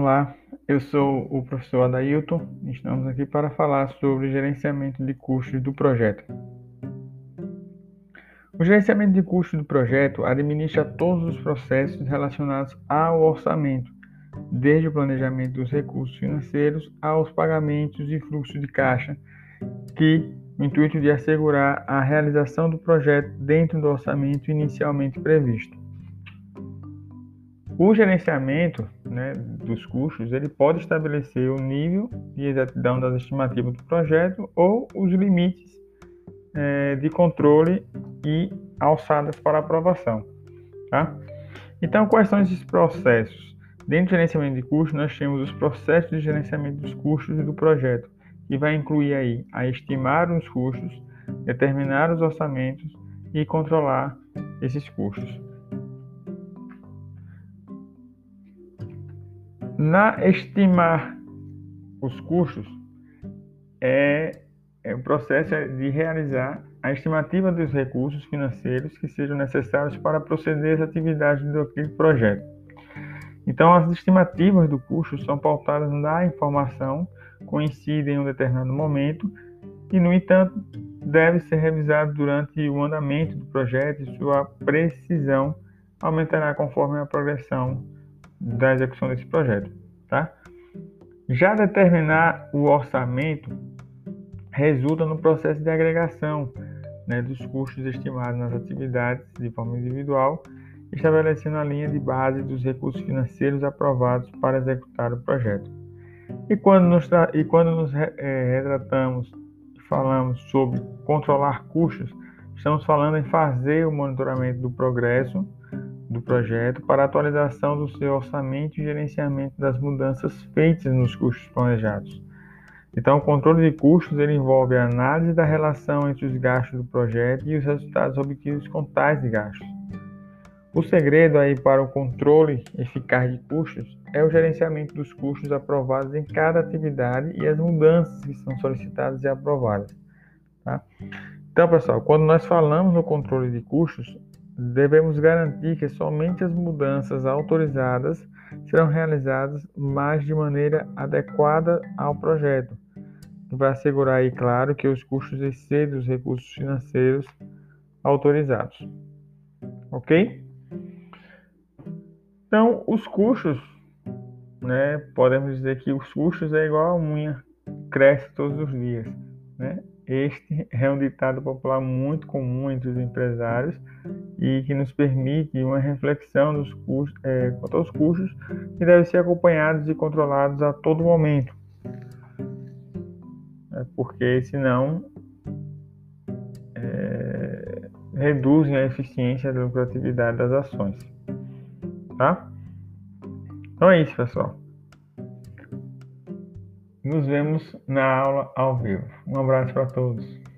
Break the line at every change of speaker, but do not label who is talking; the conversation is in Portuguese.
Olá, eu sou o professor Adailton. Estamos aqui para falar sobre gerenciamento de custos do projeto. O gerenciamento de custos do projeto administra todos os processos relacionados ao orçamento, desde o planejamento dos recursos financeiros aos pagamentos e fluxo de caixa, que o intuito de assegurar a realização do projeto dentro do orçamento inicialmente previsto. O gerenciamento, dos custos, ele pode estabelecer o nível de exatidão das estimativas do projeto ou os limites de controle e alçadas para aprovação. Tá? Então, quais são esses processos? Dentro do gerenciamento de custos, nós temos os processos de gerenciamento dos custos do projeto, que vai incluir aí a estimar os custos, determinar os orçamentos e controlar esses custos. Na estimar os custos, o processo de realizar a estimativa dos recursos financeiros que sejam necessários para proceder às atividades daquele projeto. Então, as estimativas do custo são pautadas na informação conhecida em um determinado momento e, no entanto, deve ser revisado durante o andamento do projeto e sua precisão aumentará conforme a progressão da execução desse projeto. Tá? Já determinar o orçamento resulta no processo de agregação dos custos estimados nas atividades de forma individual, estabelecendo a linha de base dos recursos financeiros aprovados para executar o projeto. E quando nos retratamos e falamos sobre controlar custos, estamos falando em fazer o monitoramento do progresso do projeto para a atualização do seu orçamento e gerenciamento das mudanças feitas nos custos planejados. Então, o controle de custos ele envolve a análise da relação entre os gastos do projeto e os resultados obtidos com tais de gastos. O segredo aí para o controle eficaz de custos é o gerenciamento dos custos aprovados em cada atividade e as mudanças que são solicitadas e aprovadas. Tá? Então, pessoal, quando nós falamos no controle de custos, devemos garantir que somente as mudanças autorizadas serão realizadas, mas de maneira adequada ao projeto. Vai assegurar aí, claro, que os custos excedem os recursos financeiros autorizados. Ok? Então, os custos, podemos dizer que os custos é igual a unha, cresce todos os dias. Este é um ditado popular muito comum entre os empresários e que nos permite uma reflexão dos custos, quanto aos custos que devem ser acompanhados e controlados a todo momento. Porque senão reduzem a eficiência da lucratividade das ações. Tá? Então é isso, pessoal. Nos vemos na aula ao vivo. Um abraço para todos.